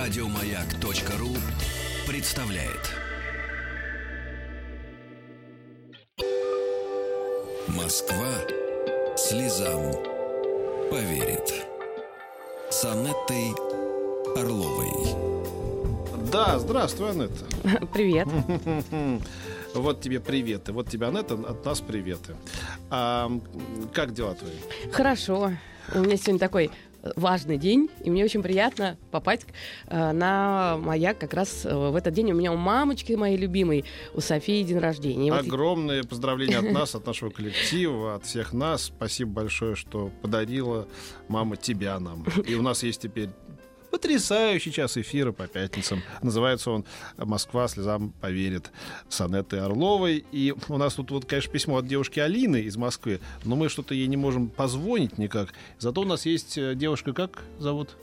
Радиомаяк.ру представляет. Москва слезам поверит. С Анеттой Орловой. Да, здравствуй, Анетта. Привет. Вот тебе приветы. Вот тебе, Анетта, от нас приветы. Как дела твои? Хорошо. У меня сегодня такой важный день, и мне очень приятно попасть на Маяк как раз в этот день. У меня у мамочки моей любимой, у Софии день рождения. Огромные поздравления от нас, от нашего коллектива, от всех нас. Спасибо большое, что подарила мама тебя нам. И у нас есть теперь потрясающий час эфира по пятницам. Называется он «Москва слезам поверит» с Анеттой Орловой. И у нас тут, конечно, письмо от девушки Алины из Москвы, но мы что-то ей не можем позвонить никак. Зато у нас есть девушка, как зовут?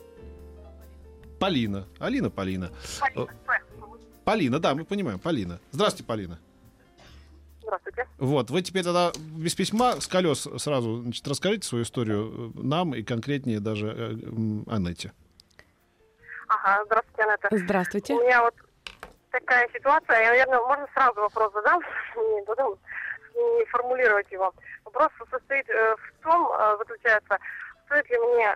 Полина. Полина. Полина, да, мы понимаем, Полина. Здравствуйте, Полина. Здравствуйте. Вот, вы теперь тогда без письма, с колес сразу, расскажите свою историю нам и конкретнее даже Анетте. Ага, здравствуйте, Анетта. Здравствуйте. У меня вот такая ситуация. Я, наверное, можно сразу вопрос задам, не буду не формулировать его. Вопрос состоит в том, заключается, стоит ли мне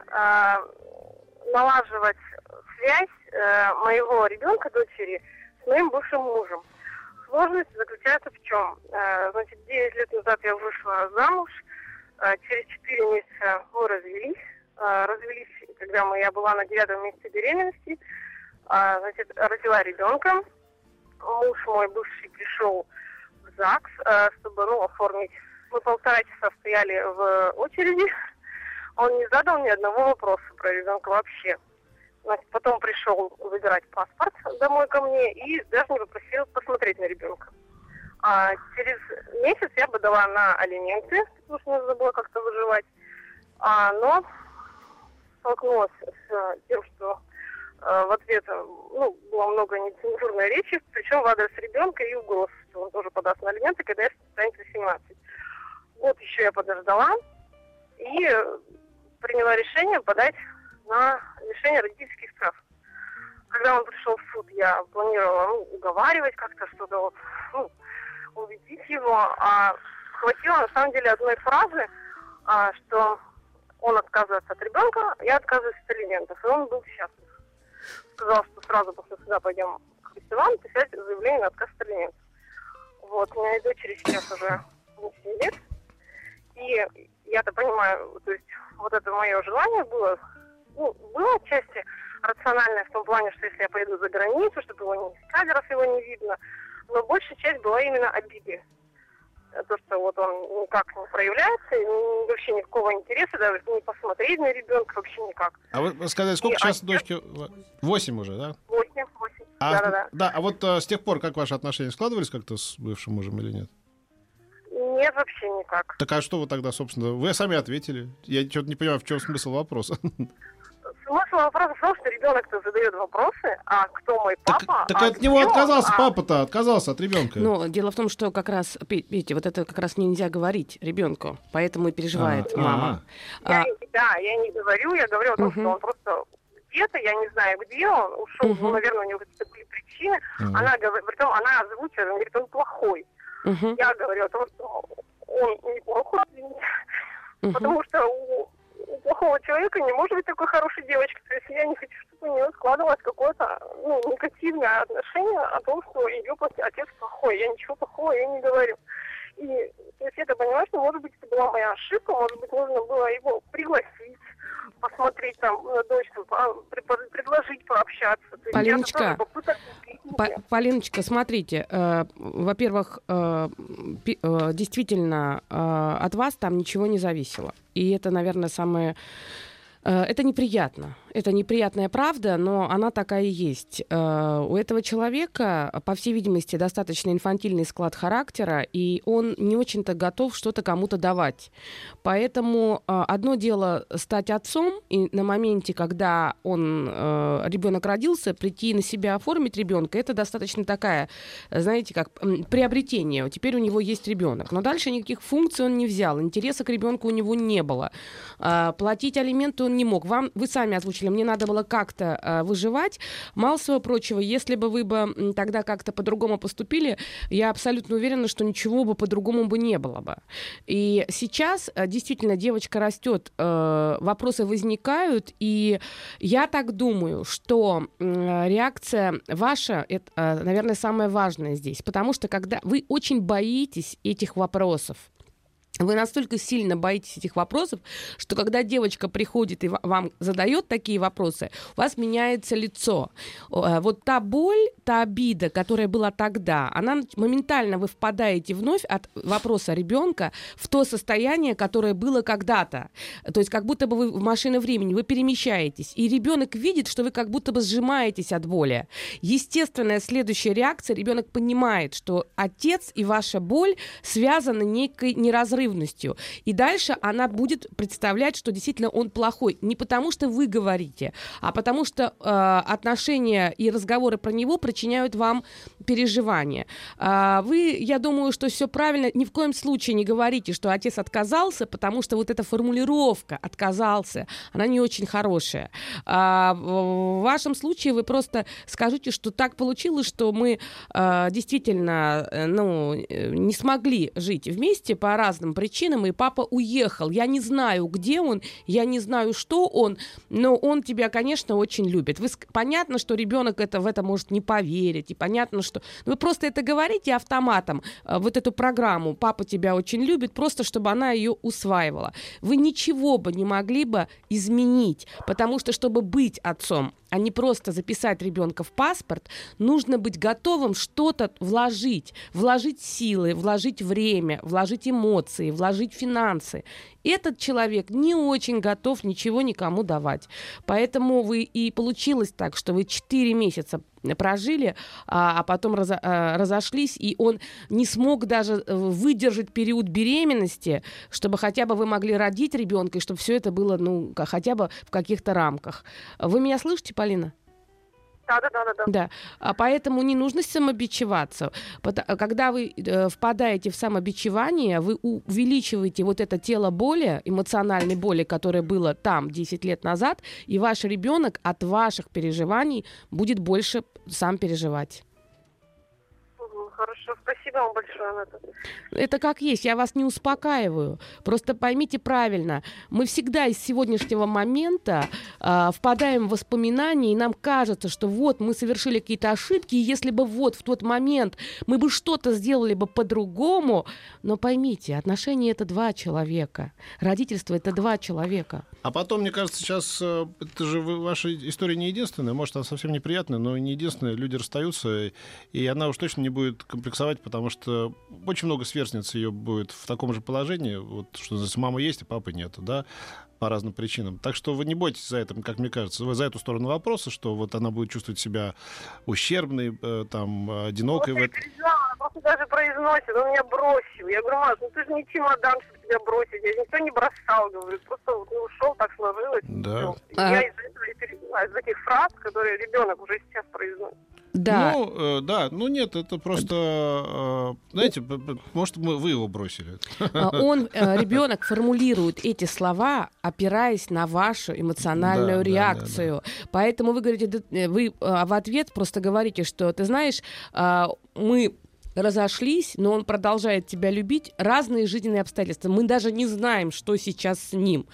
налаживать связь моего ребенка, дочери, с моим бывшим мужем. Сложность заключается в чем? Значит, 9 лет назад я вышла замуж, через 4 месяца мы развелись. Развелись, когда я была на 9-м месяце беременности, значит, родила ребенка. Муж мой бывший пришел в ЗАГС, чтобы, оформить. Мы 1,5 часа стояли в очереди. Он не задал ни одного вопроса про ребенка вообще. Значит, потом пришел забирать паспорт домой ко мне и даже не попросил посмотреть на ребенка. Через месяц я подала на алименты, потому что нужно было как-то выживать. Но столкнулась с тем, что в ответ было много нецензурной речи, причем в адрес ребенка и угроз, что он тоже подаст на алименты, когда станет 18. Вот еще я подождала и приняла решение подать на лишение родительских прав. Когда он пришел в суд, я планировала уговаривать как-то что-то, убедить его. Хватило на самом деле одной фразы, что он отказывается от ребенка, я отказываюсь от алиментов. И он был счастлив. Сказал, что сразу после суда пойдем к фестивалю писать заявление на отказ от алиментов. Вот, у меня и дочери сейчас уже 8 лет. И я-то понимаю, то есть вот это мое желание было отчасти рациональное в том плане, что если я поеду за границу, чтобы его с камеров его не видно. Но большая часть была именно обиды. То, что вот он никак не проявляется, вообще никакого интереса, даже не посмотреть на ребенка, вообще никак. А вы сказали, сколько сейчас дочке? 8 уже, да? 8. Да. Да, а вот с тех пор, как ваши отношения складывались как-то с бывшим мужем или нет? Нет, вообще никак. Так а что вы тогда, собственно, вы сами ответили? Я что-то не понимаю, в чем смысл вопроса. Смысл вопроса в том, что ребенок-то задает вопросы, а кто мой папа? Так от него отказался папа-то, отказался от ребенка. Но дело в том, что как раз, видите, вот это как раз нельзя говорить ребенку, поэтому и переживает мама. Я не говорю, я говорю о том, что он просто где-то, я не знаю где, он ушел, наверное, у него какие-то были причины. Она говорит, притом она озвучивает, она говорит, он плохой. Я говорю о том, что он неплохой, потому что у плохого человека не может быть такой хорошей девочки. То есть я не хочу, чтобы у нее складывалось какое-то негативное отношение о том, что ее отец плохой. Я ничего плохого я не говорю. И то есть я понимаю, что, может быть, это была моя ошибка, может быть, нужно было его пригласить, посмотреть там на дочь, предложить пообщаться. Полиночка, смотрите, во-первых, действительно, от вас там ничего не зависело. И это, наверное, самое... Это неприятно. Это неприятная правда, но она такая и есть. У этого человека, по всей видимости, достаточно инфантильный склад характера, и он не очень-то готов что-то кому-то давать. Поэтому одно дело стать отцом, и на моменте, когда ребенок родился, прийти на себя оформить ребенка, это достаточно такая, знаете, как приобретение. Теперь у него есть ребенок. Но дальше никаких функций он не взял, интереса к ребенку у него не было. Платить алименты он не мог. Вы сами озвучили бросили, мне надо было как-то выживать. Мало всего прочего, если бы вы бы тогда как-то по-другому поступили, я абсолютно уверена, что ничего бы по-другому бы не было бы. И сейчас действительно девочка растет, вопросы возникают, и я так думаю, что реакция ваша, это, наверное, самое важное здесь, потому что когда вы очень боитесь этих вопросов, вы настолько сильно боитесь этих вопросов, что когда девочка приходит и вам задает такие вопросы, у вас меняется лицо. Вот та боль, та обида, которая была тогда, она моментально вы впадаете вновь от вопроса ребенка в то состояние, которое было когда-то. То есть как будто бы вы в машине времени, вы перемещаетесь, и ребенок видит, что вы как будто бы сжимаетесь от боли. Естественная следующая реакция, ребенок понимает, что отец и ваша боль связаны некой неразрывностью. И дальше она будет представлять, что действительно он плохой. Не потому, что вы говорите, а потому, что отношения и разговоры про него причиняют вам переживания. Вы, я думаю, что все правильно. Ни в коем случае не говорите, что отец отказался, потому что вот эта формулировка «отказался», она не очень хорошая. В вашем случае вы просто скажите, что так получилось, что мы действительно не смогли жить вместе по разным причинам, и папа уехал. Я не знаю, где он, я не знаю, что он, но он тебя, конечно, очень любит. Понятно, что ребенок в это может не поверить, и понятно, что... Вы просто это говорите автоматом, вот эту программу «папа тебя очень любит», просто чтобы она ее усваивала. Вы ничего бы не могли бы изменить, потому что, чтобы быть отцом, а не просто записать ребенка в паспорт, нужно быть готовым что-то вложить силы, вложить время, вложить эмоции, вложить финансы. Этот человек не очень готов ничего никому давать. Поэтому и получилось так, что вы 4 месяца прожили, а потом разошлись, и он не смог даже выдержать период беременности, чтобы хотя бы вы могли родить ребенка, и чтобы все это было, хотя бы в каких-то рамках. Вы меня слышите, Полина? Да. Поэтому не нужно самобичеваться. Когда вы впадаете в самобичевание, вы увеличиваете вот это тело боли, эмоциональной боли, которое было там 10 лет назад, и ваш ребенок от ваших переживаний будет больше сам переживать. Хорошо, спасибо вам большое на это. Это как есть, я вас не успокаиваю. Просто поймите правильно, мы всегда из сегодняшнего момента впадаем в воспоминания, и нам кажется, что вот мы совершили какие-то ошибки, и если бы вот в тот момент мы бы что-то сделали бы по-другому, но поймите, отношения — это 2 человека, родительство — это 2 человека. А потом, мне кажется, сейчас это же ваша история не единственная, может, она совсем неприятная, но не единственная. Люди расстаются, и она уж точно не будет комплексовать, потому что очень много сверстниц ее будет в таком же положении, вот что мама есть, а папы нет, да, по разным причинам. Так что вы не бойтесь за это, как мне кажется, вы за эту сторону вопроса, что вот она будет чувствовать себя ущербной, одинокой. Она просто даже произносит, он меня бросил. Я говорю: Маш, ты же не чемодан, чтобы тебя бросить. Я никто не бросал, говорю, просто ушел, так сложилось. Да. Я из-за этого и переживаю, из этих фраз, которые ребенок уже сейчас произносит. Да. Нет, это просто, знаете, может, вы его бросили. Ребенок формулирует эти слова, опираясь на вашу эмоциональную реакцию. Да. Поэтому вы говорите, вы в ответ просто говорите, что, ты знаешь, мы разошлись, но он продолжает тебя любить. Разные жизненные обстоятельства. Мы даже не знаем, что сейчас с ним.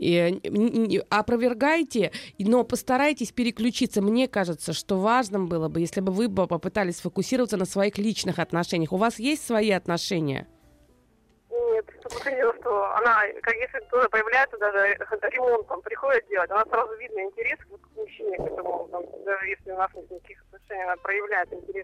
Опровергайте, но постарайтесь переключиться. Мне кажется, что важным было бы, если бы вы попытались сфокусироваться на своих личных отношениях. У вас есть свои отношения? Нет, поняла, что она, если кто-то появляется, даже ремонт там приходит делать, она сразу видно интерес к мужчине, к этому, даже если у нас нет никаких отношений, она проявляет интерес.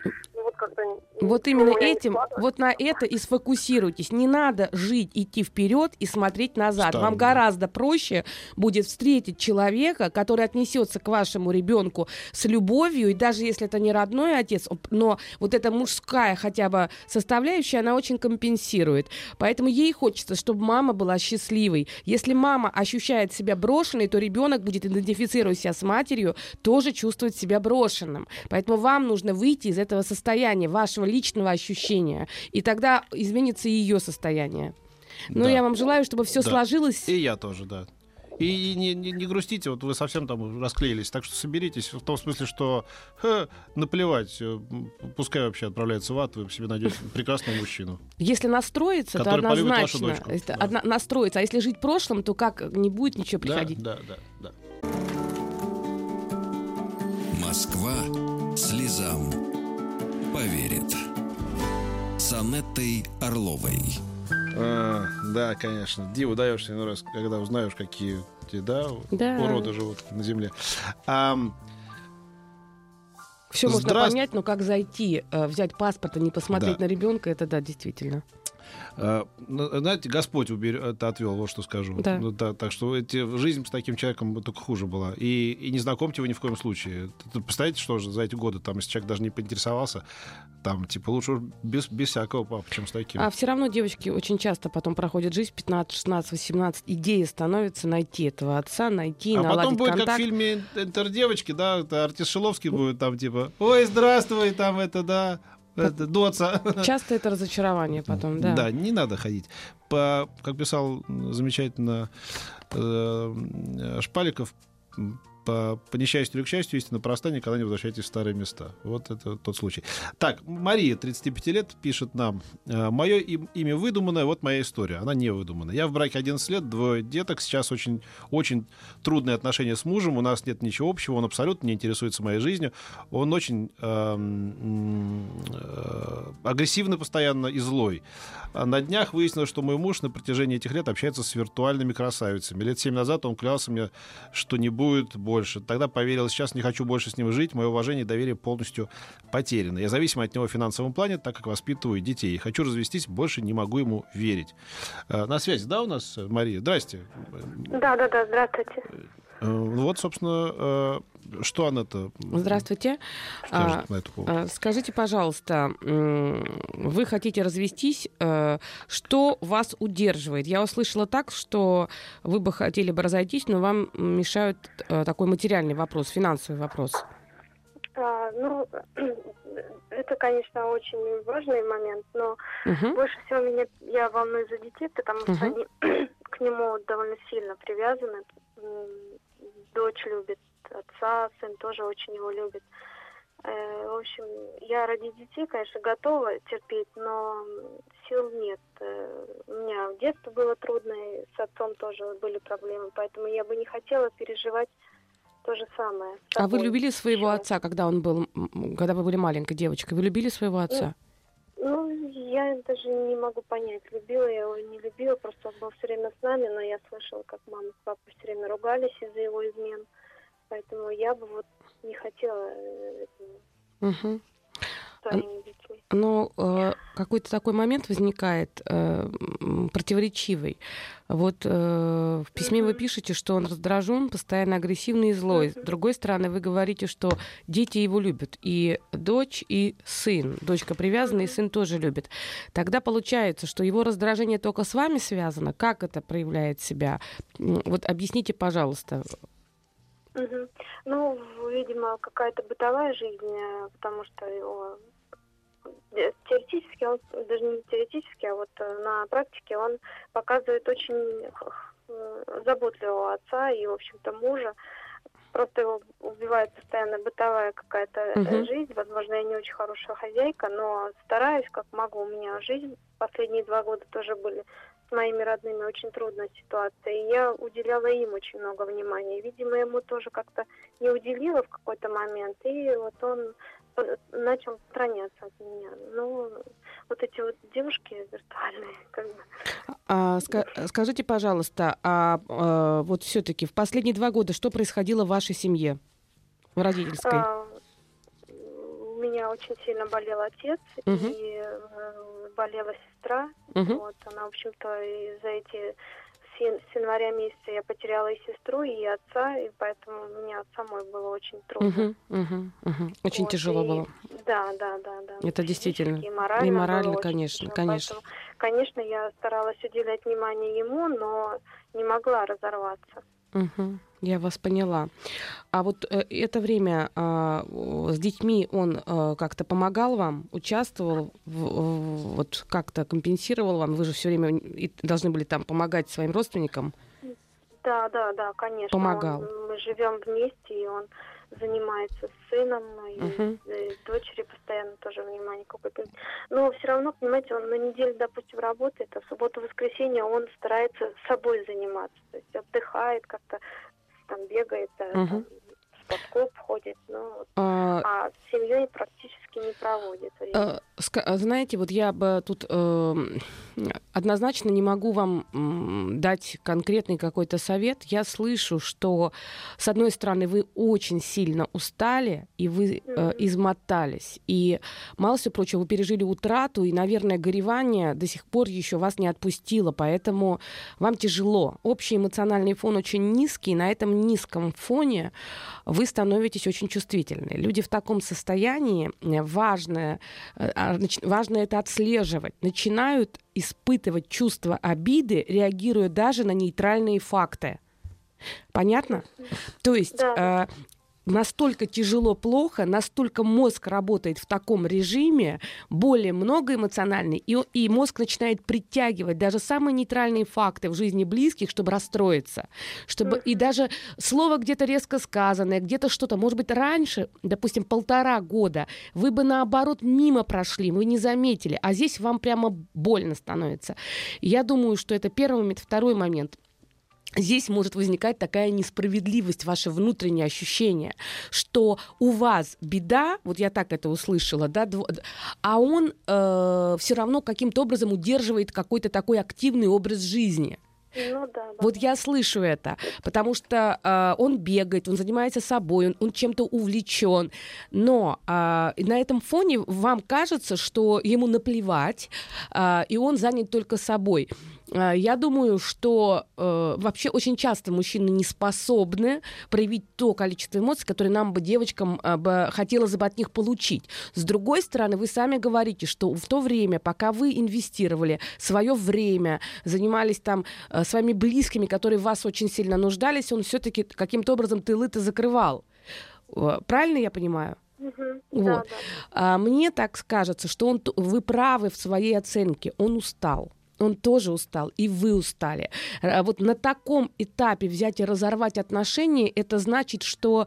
Вот именно этим, вот на это и сфокусируйтесь. Не надо идти вперед и смотреть назад. Вам гораздо проще будет встретить человека, который отнесется к вашему ребенку с любовью, и даже если это не родной отец, но вот эта мужская хотя бы составляющая, она очень компенсирует. Поэтому ей хочется, чтобы мама была счастливой. Если мама ощущает себя брошенной, то ребенок будет, идентифицируя себя с матерью, тоже чувствовать себя брошенным. Поэтому вам нужно выйти из этого состояния, вашего личного ощущения, и тогда изменится и ее состояние. Но я вам желаю, чтобы все сложилось. И я тоже, да. И не грустите, вот вы совсем там расклеились. Так что соберитесь в том смысле, что наплевать, пускай вообще отправляется в ад, вы себе найдете прекрасного мужчину. Если настроиться, то который полюбит вашу однозначно. дочку. Это настроиться. А если жить в прошлом, то как не будет ничего приходить? Да. Москва слезам поверит. С Анеттой Орловой. Да, конечно. Диву даешься иной раз, когда узнаешь, какие уроды живут на земле. Все можно понять, но как зайти, взять паспорт и не посмотреть на ребенка, это да, действительно. Знаете, Господь отвел, вот что скажу. Да. Так что жизнь с таким человеком только хуже была. И не знакомьте его ни в коем случае. Представляете, что же за эти годы, там, если человек даже не поинтересовался, там, типа, лучше без всякого папы, чем с таким. А все равно девочки очень часто потом проходят жизнь, 15, 16, 18, идея становится найти этого отца, наладить контакт. А потом будет, как в фильме «Интердевочки», да, артист Шиловский будет там, типа, ой, здравствуй, там, доца. Часто это разочарование потом, да. Да, не надо ходить. Как писал замечательно Шпаликов, по несчастью или к счастью, истина проста, никогда не возвращайтесь в старые места. Вот это тот случай. Так, Мария, 35 лет, пишет нам. Мое имя выдуманное, вот моя история. Она не выдуманная. Я в браке 11 лет, 2 деток. Сейчас очень, очень трудные отношения с мужем. У нас нет ничего общего. Он абсолютно не интересуется моей жизнью. Он очень агрессивный постоянно и злой. На днях выяснилось, что мой муж на протяжении этих лет общается с виртуальными красавицами. Лет 7 назад он клялся мне, что не будет больше. Тогда поверил, сейчас не хочу больше с ним жить. Мое уважение и доверие полностью потеряно. Я зависим от него в финансовом плане, так как воспитываю детей. Хочу развестись, больше не могу ему верить. На связи, да, у нас Мария? Здрасте. Да, здравствуйте. Вот, собственно, что она-то Здравствуйте. скажет на эту повод? Скажите, пожалуйста, вы хотите развестись, что вас удерживает? Я услышала так, что вы бы хотели бы разойтись, но вам мешает такой материальный вопрос, финансовый вопрос. Это, конечно, очень важный момент, но больше всего я волнуюсь за детей, потому что они к нему довольно сильно привязаны. Дочь любит отца, сын тоже очень его любит. В общем, я ради детей, конечно, готова терпеть, но сил нет. У меня в детстве было трудно, и с отцом тоже были проблемы, поэтому я бы не хотела переживать то же самое. А вы любили своего отца, когда вы были маленькой девочкой? Вы любили своего отца? Я даже не могу понять, любила я его или не любила, просто он был все время с нами, но я слышала, как мама с папой все время ругались из-за его измен, поэтому я бы не хотела этого своими детьми. Но какой-то такой момент возникает противоречивый. Вот в письме вы пишете, что он раздражен, постоянно агрессивный и злой. С другой стороны, вы говорите, что дети его любят. И дочь, и сын. Дочка привязана, и сын тоже любит. Тогда получается, что его раздражение только с вами связано. Как это проявляет себя? Вот объясните, пожалуйста. Видимо, какая-то бытовая жизнь, потому что его... Теоретически, даже не теоретически, а вот на практике он показывает очень заботливого отца и, в общем-то, мужа. Просто его убивает постоянно бытовая какая-то жизнь. Возможно, я не очень хорошая хозяйка, но стараюсь, как могу. У меня жизнь последние 2 года тоже были с моими родными очень трудная ситуация. И я уделяла им очень много внимания. Видимо, ему тоже как-то не уделила в какой-то момент. И вот он начал отстраняться от меня. Вот эти вот девушки виртуальные, как бы. Скажите, пожалуйста, вот все-таки в последние 2 года что происходило в вашей семье, в родительской? У меня очень сильно болел отец, и болела сестра. Вот, она, в общем-то, с января месяца я потеряла и сестру, и отца, и поэтому мне самой было очень трудно. Очень тяжело было. Да. Это действительно. И морально, конечно. Поэтому, конечно, я старалась уделять внимание ему, но не могла разорваться. Я вас поняла. А вот это время с детьми он как-то помогал вам, участвовал, вот как-то компенсировал вам? Вы же все время должны были там помогать своим родственникам. Да, конечно. Помогал. Мы живем вместе, и он занимается с сыном, и дочери постоянно тоже внимание какое-то. Но все равно, понимаете, он на неделю, допустим, работает, а в субботу-воскресенье он старается собой заниматься. То есть отдыхает как-то, там бегает, там, в спортклуб ходит, а с семьей практически не проводит время. Знаете, вот я бы тут однозначно не могу вам дать конкретный какой-то совет. Я слышу, что, с одной стороны, вы очень сильно устали, и вы измотались. И, мало всего прочего, вы пережили утрату, и, наверное, горевание до сих пор еще вас не отпустило, поэтому вам тяжело. Общий эмоциональный фон очень низкий, и на этом низком фоне вы становитесь очень чувствительны. Люди в таком состоянии, важно это отслеживать, начинают испытывать чувство обиды, реагируя даже на нейтральные факты. Понятно? То есть настолько тяжело, плохо, настолько мозг работает в таком режиме, более много эмоциональный, и мозг начинает притягивать даже самые нейтральные факты в жизни близких, чтобы расстроиться. И даже слово где-то резко сказанное, где-то что-то, может быть, раньше, допустим, 1,5 года, вы бы, наоборот, мимо прошли, вы не заметили, а здесь вам прямо больно становится. Я думаю, что это первый момент. Второй момент. Здесь может возникать такая несправедливость, ваше внутреннее ощущение, что у вас беда, вот я так это услышала, да, а он все равно каким-то образом удерживает какой-то такой активный образ жизни. Вот я слышу это, потому что он бегает, он занимается собой, он чем-то увлечен, но на этом фоне вам кажется, что ему наплевать, и он занят только собой. Я думаю, что вообще очень часто мужчины не способны проявить то количество эмоций, которые нам бы, девочкам, хотелось бы от них получить. С другой стороны, вы сами говорите, что в то время, пока вы инвестировали свое время, занимались там своими близкими, которые в вас очень сильно нуждались, он все-таки каким-то образом тылы-то закрывал. Правильно я понимаю? Вот. Да. Мне так кажется, что вы правы в своей оценке. Он устал. Он тоже устал, и вы устали. Вот на таком этапе взять и разорвать отношения, это значит, что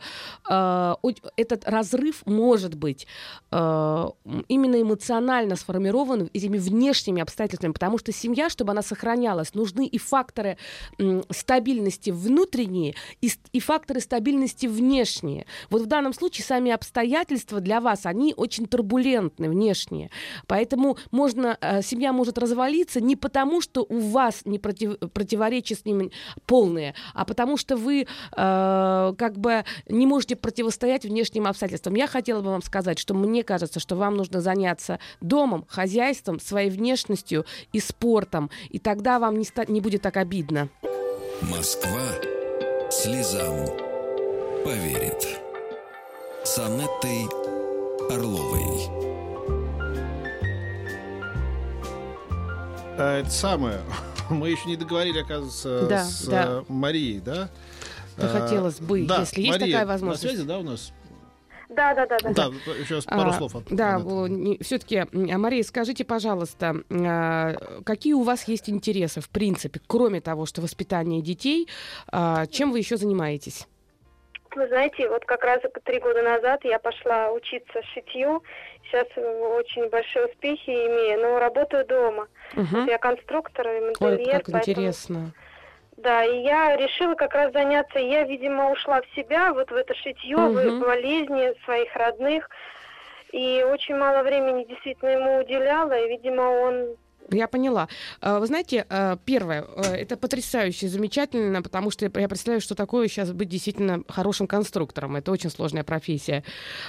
этот разрыв может быть именно эмоционально сформирован этими внешними обстоятельствами, потому что семья, чтобы она сохранялась, нужны и факторы стабильности внутренние, и факторы стабильности внешние. Вот в данном случае сами обстоятельства для вас, они очень турбулентны внешние. Поэтому семья может развалиться не потому, что у вас не противоречия с ними полные, а потому что вы как бы не можете противостоять внешним обстоятельствам. Я хотела бы вам сказать, что мне кажется, что вам нужно заняться домом, хозяйством, своей внешностью и спортом, и тогда вам не будет так обидно. Москва слезам поверит. С Анеттой Орловой. Это самое. Мы еще не договорили, оказывается, с Марией, да? Хотелось бы, если есть Мария, такая возможность. На связи, да, у нас? Да. Еще пару слов. Все-таки, Мария, скажите, пожалуйста, какие у вас есть интересы, в принципе, кроме того, что воспитание детей, чем вы еще занимаетесь? Вы знаете, вот как раз 3 года назад я пошла учиться шитью. Сейчас очень большие успехи имею, но работаю дома. Вот я конструктор, модельер. Ой, как интересно. Да, и я решила как раз заняться. Я, видимо, ушла в себя, вот в это шитье, в болезни своих родных. И очень мало времени действительно ему уделяла, и, видимо, он... Я поняла. Вы знаете, первое, это потрясающе, замечательно, потому что я представляю, что такое сейчас быть действительно хорошим конструктором. Это очень сложная профессия.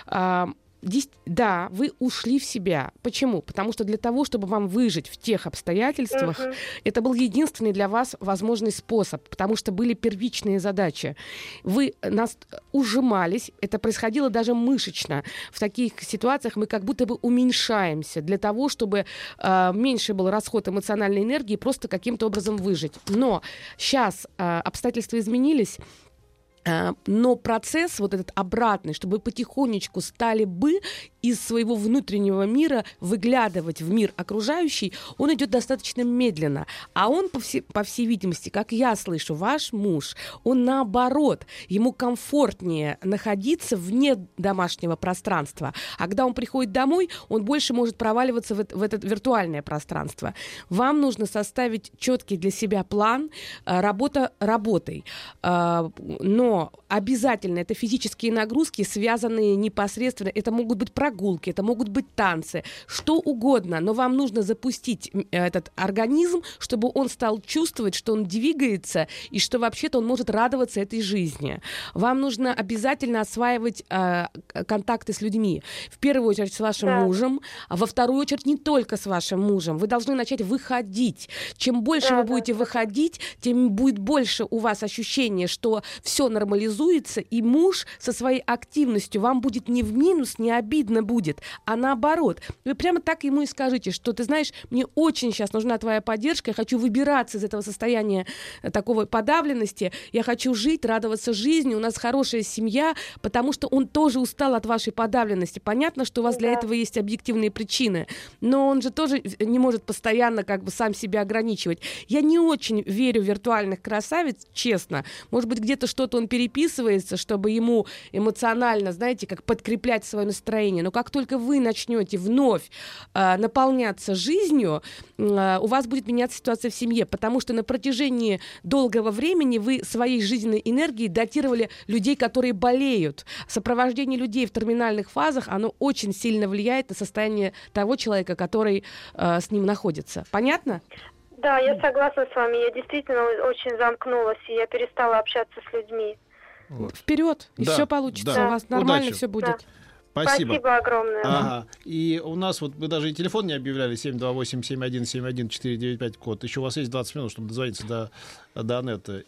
Да, вы ушли в себя. Почему? Потому что для того, чтобы вам выжить в тех обстоятельствах, это был единственный для вас возможный способ, потому что были первичные задачи. Вы ужимались, это происходило даже мышечно. В таких ситуациях мы как будто бы уменьшаемся для того, чтобы меньше был расход эмоциональной энергии, просто каким-то образом выжить. Но сейчас обстоятельства изменились. Но процесс вот этот обратный, чтобы вы потихонечку стали бы из своего внутреннего мира выглядывать в мир окружающий, он идет достаточно медленно. А он, по всей видимости, как я слышу, ваш муж, он наоборот, ему комфортнее находиться вне домашнего пространства. А когда он приходит домой, он больше может проваливаться в это виртуальное пространство. Вам нужно составить четкий для себя план, работа работой. Но обязательно это физические нагрузки, связанные непосредственно, это могут быть прогулки, это могут быть танцы, что угодно, но вам нужно запустить этот организм, чтобы он стал чувствовать, что он двигается и что вообще-то он может радоваться этой жизни. Вам нужно обязательно осваивать контакты с людьми. В первую очередь с вашим мужем, а во вторую очередь не только с вашим мужем. Вы должны начать выходить. Чем больше вы будете выходить, тем будет больше у вас ощущение, что все нормализуется, и муж со своей активностью вам будет не в минус, не обидно будет, а наоборот. Вы прямо так ему и скажите, что ты знаешь, мне очень сейчас нужна твоя поддержка, я хочу выбираться из этого состояния такого подавленности, я хочу жить, радоваться жизни, у нас хорошая семья, потому что он тоже устал от вашей подавленности. Понятно, что у вас для этого есть объективные причины, но он же тоже не может постоянно как бы сам себя ограничивать. Я не очень верю в виртуальных красавиц, честно. Может быть, где-то что-то он переписывается, чтобы ему эмоционально, знаете, как подкреплять свое настроение. Но как только вы начнете вновь наполняться жизнью, у вас будет меняться ситуация в семье, потому что на протяжении долгого времени вы своей жизненной энергией датировали людей, которые болеют. Сопровождение людей в терминальных фазах, оно очень сильно влияет на состояние того человека, который с ним находится. Понятно? Да, я согласна с вами. Я действительно очень замкнулась, и я перестала общаться с людьми. Вот. Вперед, и все получится. У вас нормально все будет. Да. Спасибо. Спасибо огромное. Ага. И у нас вот мы даже и телефон не объявляли, 728-7171-495 код. Еще у вас есть 20 минут, чтобы дозвониться до Анетты.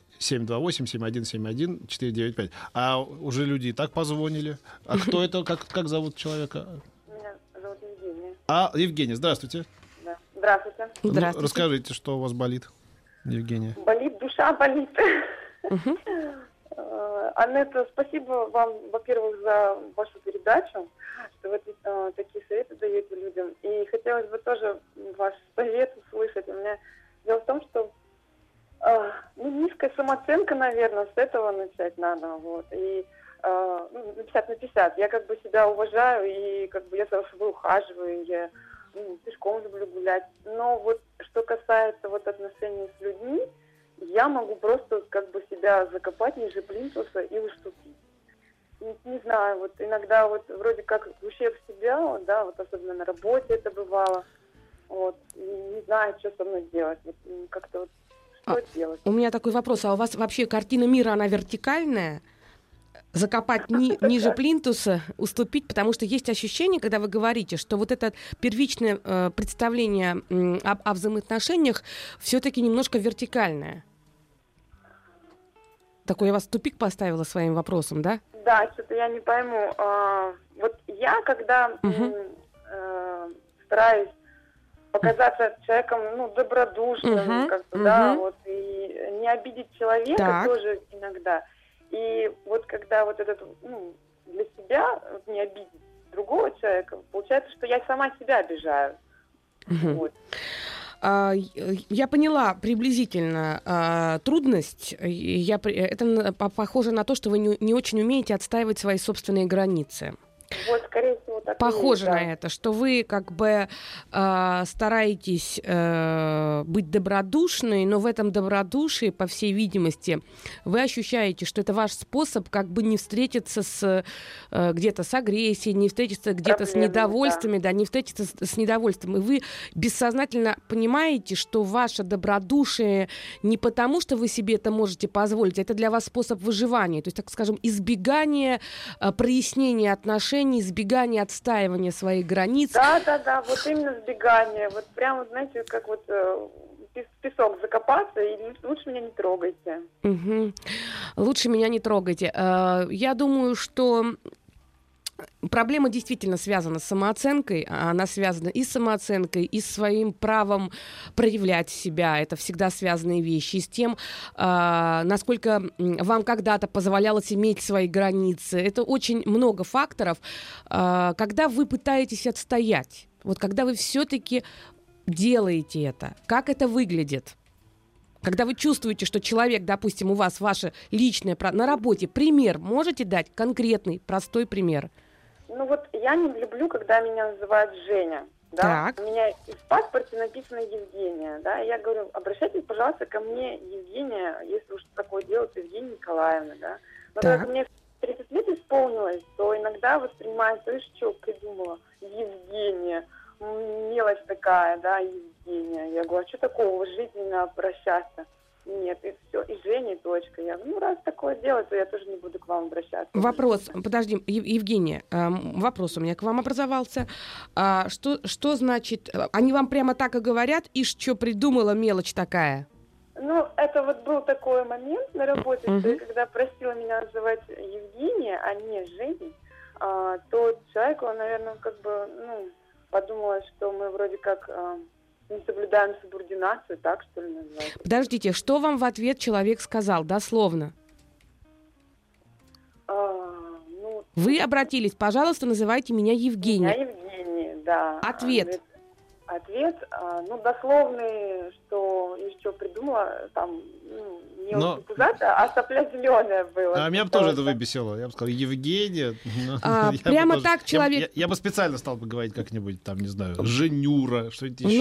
728-7171-495. А уже люди и так позвонили. А кто это? Как зовут человека? Меня зовут Евгения. Евгения, здравствуйте. Да. Здравствуйте. Здравствуйте. Расскажите, что у вас болит, Евгения. Болит, душа болит. Анетта, спасибо вам, во-первых, за вашу передачу, что вы такие советы даете людям. И хотелось бы тоже ваш совет услышать. У меня дело в том, что низкая самооценка, наверное, с этого начать надо. Вот. И 50 на 50. Я как бы себя уважаю, и как бы я за собой ухаживаю, я пешком люблю гулять. Но вот что касается вот отношений с людьми, я могу просто как бы себя закопать ниже плинтуса и уступить. Не знаю, вот иногда вот вроде как ущерб себя, вот, да, вот особенно на работе это бывало. Вот, и не знаю, что со мной делать. Вот, как-то вот что делать. У меня такой вопрос. А у вас вообще картина мира, она вертикальная? Закопать ниже плинтуса, уступить, потому что есть ощущение, когда вы говорите, что вот это первичное представление о взаимоотношениях все-таки немножко вертикальное. Такой я вас в тупик поставила своим вопросом, да? Да, что-то я не пойму. Вот я, когда стараюсь показаться человеком, добродушным, как-то, да, вот, и не обидеть человека тоже иногда. И вот когда вот этот, для себя не обидеть другого человека, получается, что я сама себя обижаю. Вот. Я поняла приблизительно трудность. Это похоже на то, что вы не очень умеете отстаивать свои собственные границы. Вот, скорее всего, так похоже и есть, на это, что вы как бы стараетесь быть добродушной, но в этом добродушии, по всей видимости, вы ощущаете, что это ваш способ как бы не встретиться где-то с агрессией, не встретиться где-то с недовольствами, не встретиться с недовольством. И вы бессознательно понимаете, что ваше добродушие не потому, что вы себе это можете позволить, это для вас способ выживания, то есть, так скажем, избегание прояснения отношений, избегание отстаивания своих границ. Да, вот именно избегание. Вот прямо, знаете, как вот песок закопаться, и лучше меня не трогайте. Лучше меня не трогайте. Я думаю, что Проблема действительно связана с самооценкой. Она связана и с самооценкой, и с своим правом проявлять себя. Это всегда связанные вещи. И с тем, насколько вам когда-то позволялось иметь свои границы. Это очень много факторов. Когда вы пытаетесь отстоять, вот когда вы все-таки делаете это, как это выглядит? Когда вы чувствуете, что человек, допустим, у вас ваше личное на работе, пример можете дать? Конкретный, простой пример. Ну вот я не люблю, когда меня называют Женя. Да? Так. У меня и в паспорте написано Евгения. Да? И я говорю, обращайтесь, пожалуйста, ко мне, Евгения, если уж такое дело, то Евгения Николаевна. Да? Но когда мне 30 лет исполнилось, то иногда воспринимается, ты что, придумала? Евгения. Мелочь такая, да, Евгения. Я говорю, а что такого, жизненно обращаться? Нет, и все, и Женя, и точка. Я говорю, раз такое дело, то я тоже не буду к вам обращаться. Вопрос, подожди, Евгения, вопрос у меня к вам образовался. Что значит, они вам прямо так и говорят, и что придумала мелочь такая? Ну, это вот был такой момент на работе, что я когда просила меня называть Евгения, а не Женей, то человек, он, наверное, как бы, подумала, что мы вроде как... не соблюдаем субординацию, так что ли называется? Подождите, что вам в ответ человек сказал, дословно? Вы обратились, пожалуйста, называйте меня Евгения. Меня Евгения, да. Ответ? Ответ, дословный, что еще придумала, там, не очень пузатая, а сопля зеленая была. А меня бы тоже это выбесило. Я бы сказал, Евгения. Прямо так человек... Я бы специально стал бы говорить как-нибудь, там, не знаю, Женюра, что-нибудь еще.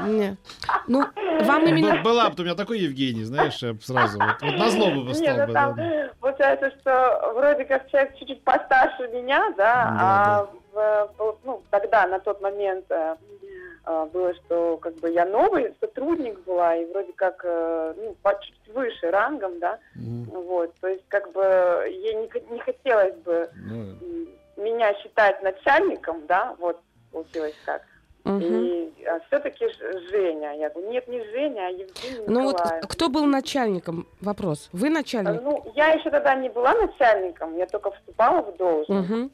Вам именно... Была бы у меня такой Евгений, знаешь, я бы сразу, вот назло бы стал бы. Получается, что вроде как человек чуть-чуть постарше меня, да, тогда, на тот момент... было, что как бы я новый сотрудник была, и вроде как чуть выше рангом, да, вот, то есть как бы ей не хотелось бы меня считать начальником, да, вот, получилось так. И все-таки Женя. Я говорю, нет, не Женя, а Евгения Николаевна. Ну вот кто был начальником? Вопрос. Вы начальник? Я еще тогда не была начальником, я только вступала в должность.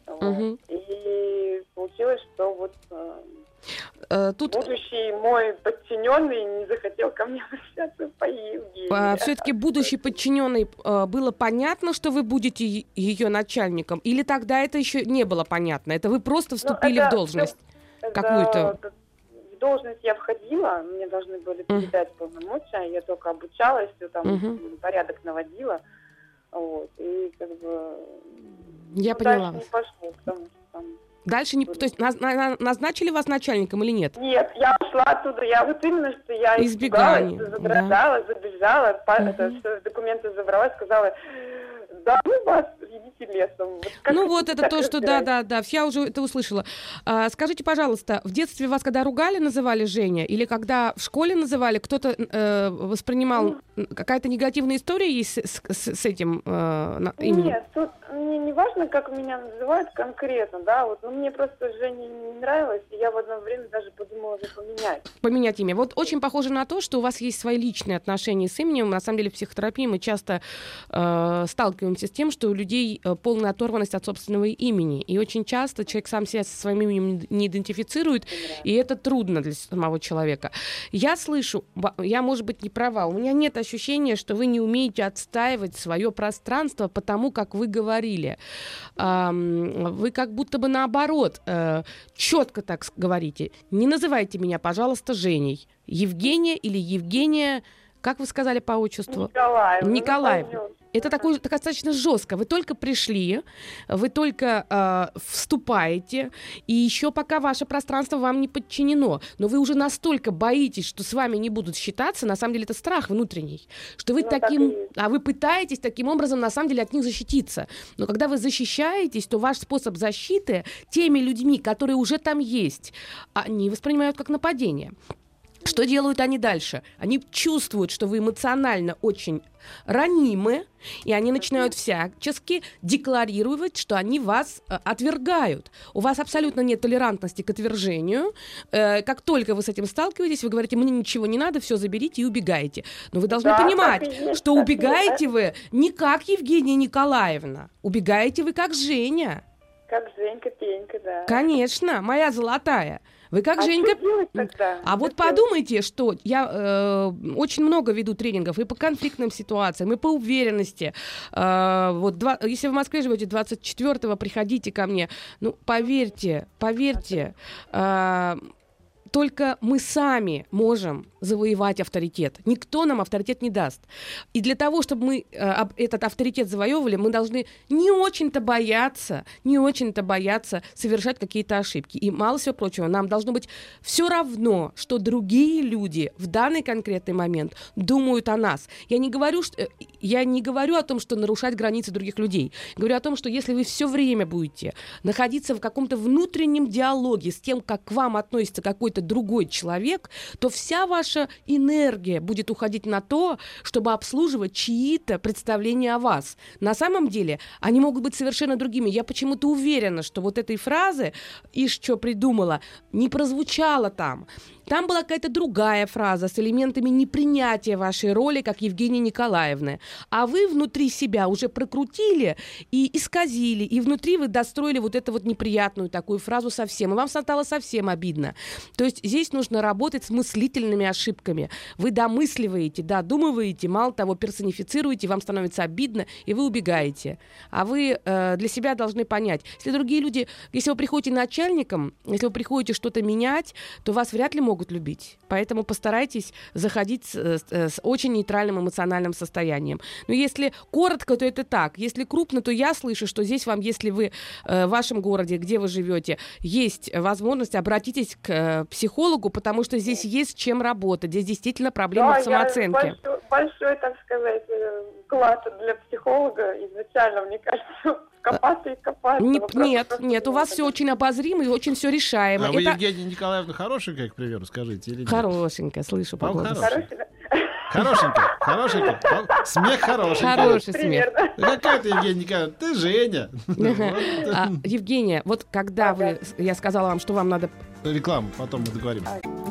И получилось, что вот... Тут... Будущий мой подчиненный не захотел ко мне обращаться по Евгении. Все-таки будущий подчиненный, было понятно, что вы будете ее начальником? Или тогда это еще не было понятно? Это вы просто вступили в должность какую-то? В должность я входила, мне должны были передать полномочия, я только обучалась, все там порядок наводила. Вот, и как бы... Я поняла. Дальше не пошло, потому что там... Дальше не... То есть назначили вас начальником или нет? Нет, я ушла оттуда. Я вот именно, что я избегание, задрожала, забежала, документы забрала, сказала, да ну вас, идите лесом. Вот это то, что да, я уже это услышала. Скажите, пожалуйста, в детстве вас когда ругали, называли Женя? Или когда в школе называли, кто-то воспринимал... Какая-то негативная история есть с этим именем? Нет, тут мне не важно, как меня называют конкретно, да, вот, но мне просто Женя не нравилось, и я в одно время даже подумала поменять. Поменять имя. Вот очень похоже на то, что у вас есть свои личные отношения с именем. На самом деле в психотерапии мы часто сталкиваемся с тем, что у людей полная оторванность от собственного имени. И очень часто человек сам себя со своим именем не идентифицирует, и это трудно для самого человека. Я слышу, я, может быть, не права, у меня нет ощущения, что вы не умеете отстаивать свое пространство потому, как вы говорили. Вы как будто бы наоборот четко так говорите. Не называйте меня, пожалуйста, Женей. Евгения или Евгения, как вы сказали по отчеству? Николаевна. Это достаточно жестко. Вы только пришли, вы только вступаете, и еще пока ваше пространство вам не подчинено. Но вы уже настолько боитесь, что с вами не будут считаться, на самом деле это страх внутренний, что вы вы пытаетесь таким образом на самом деле от них защититься. Но когда вы защищаетесь, то ваш способ защиты теми людьми, которые уже там есть, они воспринимают как нападение. Что делают они дальше? Они чувствуют, что вы эмоционально очень ранимы, и они начинают всячески декларировать, что они вас отвергают. У вас абсолютно нет толерантности к отвержению. Как только вы с этим сталкиваетесь, вы говорите, мне ничего не надо, все заберите и убегаете. Но вы должны понимать, что убегаете вы не как Евгения Николаевна, убегаете вы как Женя. как Женька Пенька, да. Конечно, моя золотая. Вы как Женька... Что делать тогда? А вот подумайте, что я очень много веду тренингов и по конфликтным ситуациям, и по уверенности. Если в Москве живете 24-го, приходите ко мне. Ну, поверьте, только мы сами можем завоевать авторитет. Никто нам авторитет не даст. И для того, чтобы мы этот авторитет завоевывали, мы должны не очень-то бояться совершать какие-то ошибки. И мало всего прочего, нам должно быть все равно, что другие люди в данный конкретный момент думают о нас. Я не говорю о том, что нарушать границы других людей. Я говорю о том, что если вы все время будете находиться в каком-то внутреннем диалоге с тем, как к вам относится какой-то другой человек, то вся ваша энергия будет уходить на то, чтобы обслуживать чьи-то представления о вас. На самом деле они могут быть совершенно другими. Я почему-то уверена, что вот этой фразы «Ишь, что придумала» не прозвучала там. Там была какая-то другая фраза с элементами непринятия вашей роли, как Евгении Николаевны. А вы внутри себя уже прокрутили и исказили, и внутри вы достроили вот эту вот неприятную такую фразу совсем. И вам стало совсем обидно. То есть здесь нужно работать с мыслительными ошибками. Вы домысливаете, додумываете, мало того, персонифицируете, вам становится обидно, и вы убегаете. А вы для себя должны понять, если другие люди, если вы приходите начальником, если вы приходите что-то менять, то вас вряд ли могут любить. Поэтому постарайтесь заходить с очень нейтральным эмоциональным состоянием. Но если коротко, то это так. Если крупно, то я слышу, что здесь вам, если вы в вашем городе, где вы живете, есть возможность, обратитесь к психологу, потому что здесь есть с чем работать. Здесь действительно проблема в самооценке. Большой, так сказать, вклад для психолога изначально, мне кажется, копаться и копаться. Нет, у вас все очень обозримо и очень все решаемо. А вы, Евгения Николаевна, хорошенькая, к примеру, скажите? Или нет? Хорошенькая, слышу по голосу. Хорошенькая. Смех хороший. Хороший смех. Какая ты, Евгения Николаевна? Ты Женя. Евгения, вот когда я сказала вам, что вам надо... Рекламу, потом мы договорим.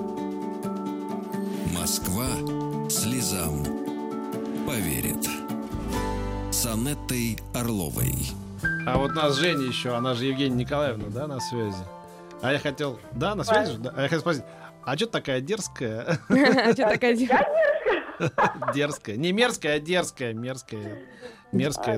Москва слезам поверит. С Анеттой Орловой. А вот нас Женя еще, она же Евгения Николаевна, да, на связи? А я хотел... Да, на связи? Да. А я хотел спросить, а что такая дерзкая? А что такая дерзкая? Дерзкая. Не мерзкая, а дерзкая. Мерзкая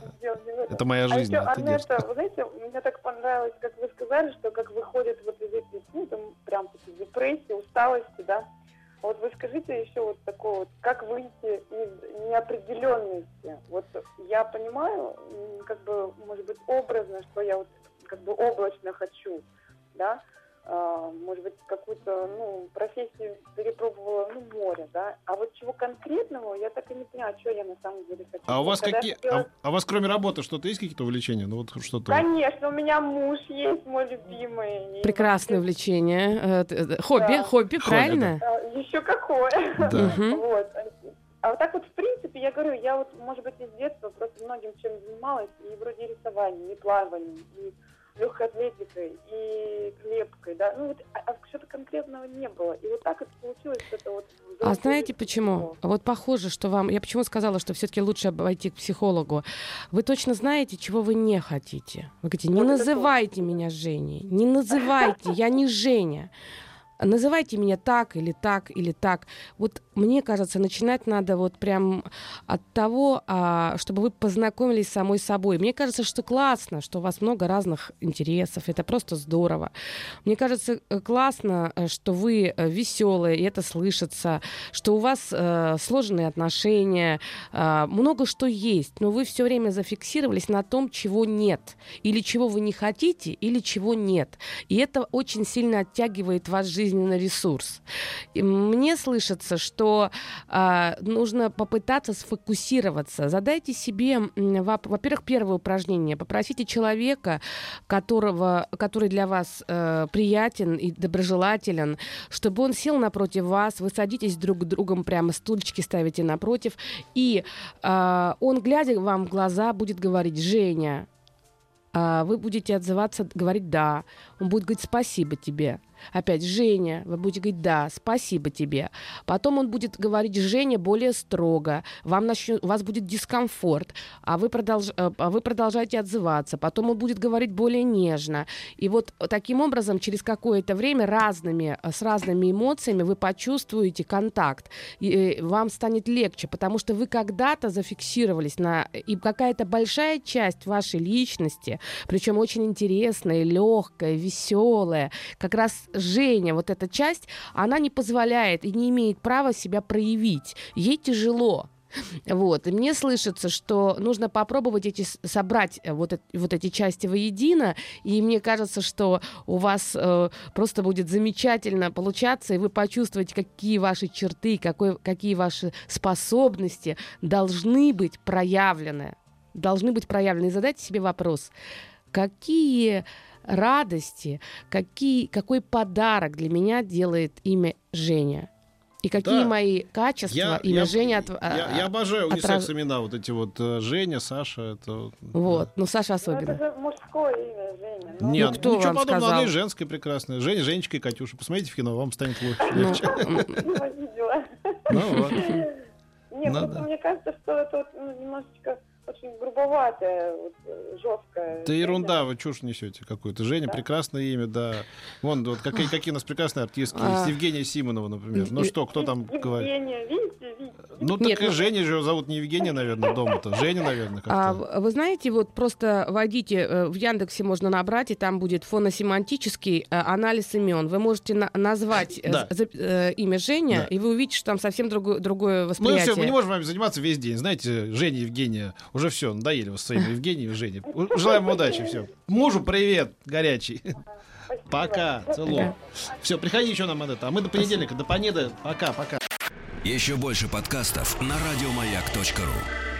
это моя жизнь. А еще, Анетта, вы знаете, мне так понравилось, как вы сказали, что как выходит вот из этих, прям депрессии, усталости, да? Вот вы скажите еще вот такое вот, как выйти из неопределенности. Вот я понимаю, как бы, может быть, образно, что я вот как бы облачно хочу, да, может быть, какую-то, профессию перепробовала, море, да, а вот чего конкретного, я так и не понимаю, что я на самом деле хочу. А у вас а у вас кроме работы что-то есть, какие-то увлечения? Ну вот что-то. Конечно, у меня муж есть, мой любимый. Прекрасное увлечение. Хобби, правильно? Да. Еще какое. Да. Вот. А вот так вот, в принципе, я говорю, я вот, может быть, из детства просто многим чем занималась, и вроде рисованием, и плаванием, и легкой атлетикой, и лепкой, да, а что-то конкретного не было. И вот так это получилось, что это вот... А знаете почему? Вот похоже, что вам... Я почему сказала, что все-таки лучше пойти к психологу. Вы точно знаете, чего вы не хотите. Вы говорите, не называйте меня Женей, не называйте, я не Женя. Называйте меня так или так или так. Вот мне кажется, начинать надо вот прям от того, чтобы вы познакомились с самой собой. Мне кажется, что классно, что у вас много разных интересов. Это просто здорово. Мне кажется, классно, что вы веселые, и это слышится, что у вас сложные отношения, много что есть, но вы все время зафиксировались на том, чего нет. Или чего вы не хотите, или чего нет. И это очень сильно оттягивает ваш жизненный ресурс. И мне слышится, что нужно попытаться сфокусироваться. Задайте себе, во-первых, первое упражнение. Попросите человека, который для вас приятен и доброжелателен, чтобы он сел напротив вас, вы садитесь друг к другу, прямо стульчики ставите напротив, и он, глядя вам в глаза, будет говорить: «Женя, вы будете отзываться, говорить «да». Он будет говорить «спасибо тебе». Опять «Женя», вы будете говорить «да, спасибо тебе». Потом он будет говорить «Женя» более строго, у вас будет дискомфорт, а вы продолжаете отзываться. Потом он будет говорить более нежно. И вот таким образом через какое-то время с разными эмоциями вы почувствуете контакт. И вам станет легче, потому что вы когда-то зафиксировались и какая-то большая часть вашей личности, причем очень интересная, легкая, веселая, как раз Женя, вот эта часть, она не позволяет и не имеет права себя проявить. Ей тяжело. Вот. И мне слышится, что нужно попробовать собрать вот эти части воедино, и мне кажется, что у вас просто будет замечательно получаться, и вы почувствуете, какие ваши черты, какие ваши способности должны быть проявлены. И задайте себе вопрос, какие радости, какой подарок для меня делает имя Женя. И какие мои качества имя Женя Я обожаю унисекс-имена, вот эти вот Женя, Саша. Вот, Саша особенно. Это же мужское имя Женя. Нет, кто ничего вам подобного, сказал? оно и женское прекрасное. Женя, Женечка и Катюша. Посмотрите в кино, вам станет легче. Видела. Ну вот. Нет, просто мне кажется, что это немножечко очень грубоватое, жесткое. Да ерунда, вы чушь несете какую-то. Женя, прекрасное имя, да. Вон, вот какие у нас прекрасные артистки. Есть Евгения Симонова, например. Ну что, кто там говорит? Евгения, видите? Ну так и Женя же его зовут не Евгения, наверное, дома-то. Женя, наверное, как-то. Вы знаете, вот просто вводите, в Яндексе можно набрать, и там будет фоносемантический анализ имен. Вы можете назвать имя Женя, и вы увидите, что там совсем другое восприятие. Ну и все, мы не можем вами заниматься весь день. Знаете, Женя, Евгения, уже все, надоели вы своими Евгенией и Женей. Желаем удачи, все. Мужу привет, горячий. Пока, целую. Все, приходи еще нам это. А мы до понедельника, до понеды. Пока. Еще больше подкастов на радиомаяк.ру.